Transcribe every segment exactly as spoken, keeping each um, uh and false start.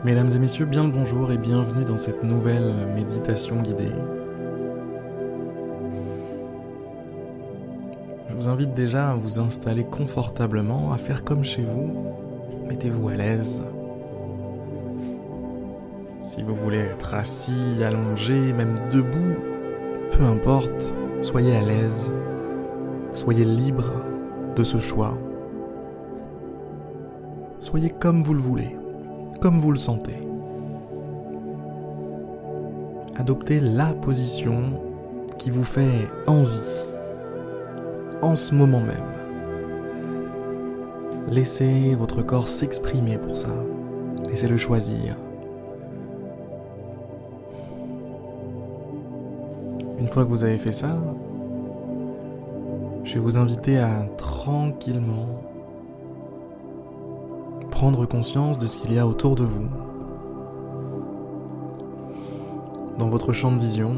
Mesdames et messieurs, bien le bonjour et bienvenue dans cette nouvelle méditation guidée. Je vous invite déjà à vous installer confortablement, à faire comme chez vous. Mettez-vous à l'aise. Si vous voulez être assis, allongé, même debout, peu importe, soyez à l'aise. Soyez libre de ce choix. Soyez comme vous le voulez, comme vous le sentez. Adoptez la position qui vous fait envie, en ce moment même. Laissez votre corps s'exprimer pour ça. Laissez-le choisir. Une fois que vous avez fait ça, je vais vous inviter à tranquillement prendre conscience de ce qu'il y a autour de vous. Dans votre champ de vision,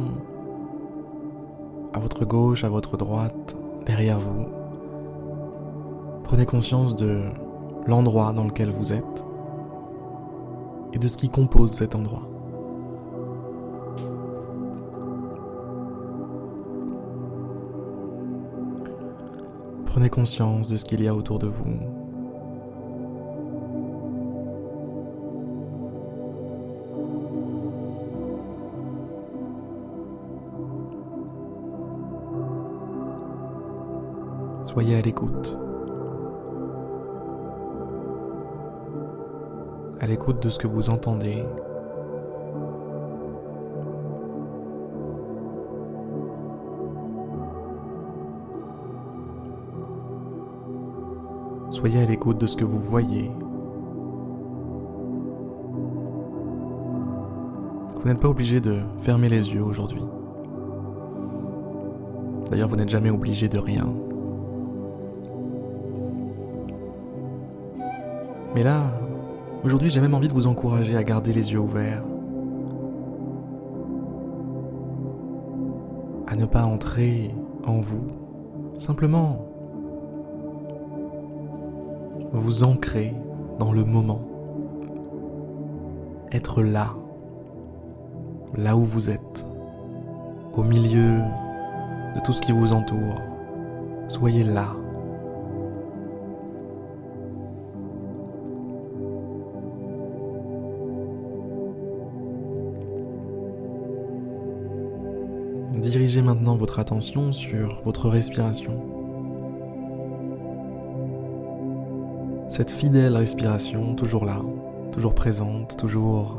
à votre gauche, à votre droite, derrière vous. Prenez conscience de l'endroit dans lequel vous êtes et de ce qui compose cet endroit. Prenez conscience de ce qu'il y a autour de vous. Soyez à l'écoute. À l'écoute de ce que vous entendez. Soyez à l'écoute de ce que vous voyez. Vous n'êtes pas obligé de fermer les yeux aujourd'hui. D'ailleurs, vous n'êtes jamais obligé de rien. Mais là, aujourd'hui, j'ai même envie de vous encourager à garder les yeux ouverts. À ne pas entrer en vous. Simplement, vous ancrer dans le moment. Être là, là où vous êtes, au milieu de tout ce qui vous entoure. Soyez là. Dirigez maintenant votre attention sur votre respiration. Cette fidèle respiration, toujours là, toujours présente, toujours...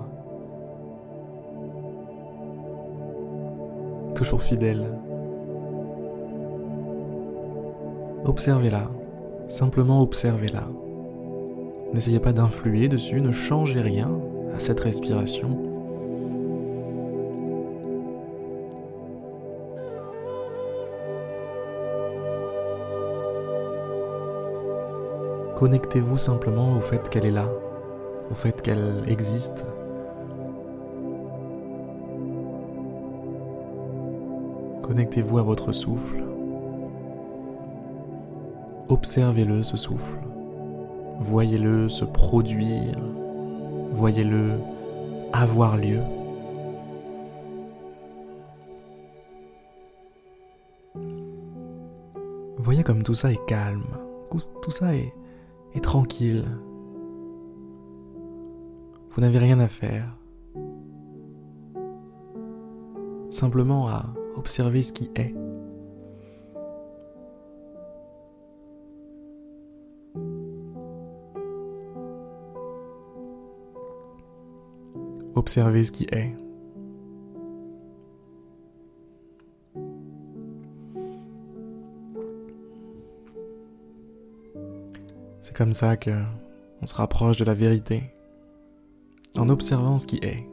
toujours fidèle. Observez-la, simplement observez-la. N'essayez pas d'influer dessus, ne changez rien à cette respiration. Connectez-vous simplement au fait qu'elle est là, au fait qu'elle existe. Connectez-vous à votre souffle. Observez-le, ce souffle. Voyez-le se produire. Voyez-le avoir lieu. Voyez comme tout ça est calme. Tout ça est... et tranquille. Vous n'avez rien à faire. Simplement à observer ce qui est. Observez ce qui est. C'est comme ça que on se rapproche de la vérité, en observant ce qui est.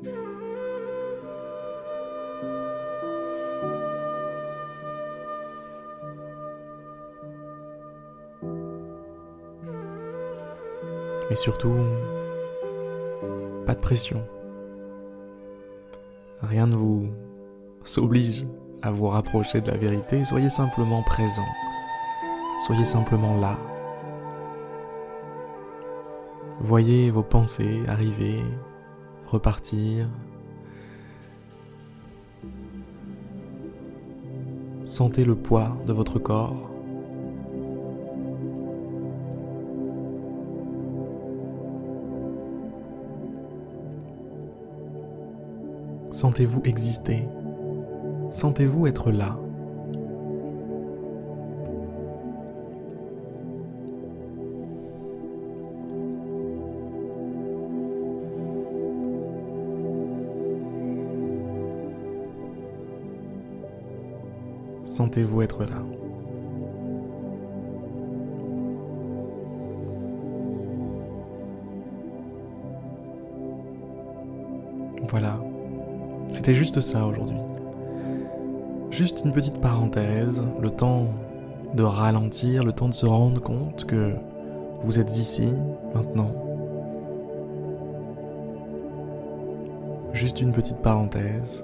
Mais surtout, pas de pression. Rien ne vous s'oblige à vous rapprocher de la vérité. Soyez simplement présent. Soyez simplement là. Voyez vos pensées arriver, repartir. Sentez le poids de votre corps. Sentez-vous exister. Sentez-vous être là. Sentez-vous être là. Voilà. C'était juste ça aujourd'hui. Juste une petite parenthèse, le temps de ralentir, le temps de se rendre compte que vous êtes ici, maintenant. Juste une petite parenthèse.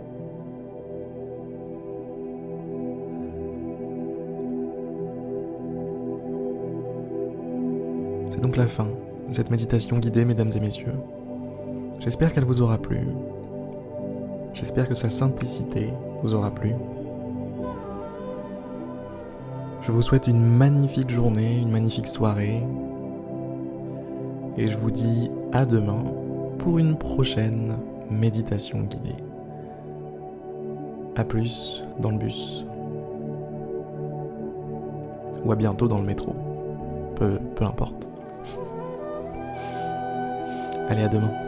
C'est donc la fin de cette méditation guidée, mesdames et messieurs. J'espère qu'elle vous aura plu. J'espère que sa simplicité vous aura plu. Je vous souhaite une magnifique journée, une magnifique soirée. Et je vous dis à demain pour une prochaine méditation guidée. À plus dans le bus. Ou à bientôt dans le métro. Peu, peu importe. Allez, à demain.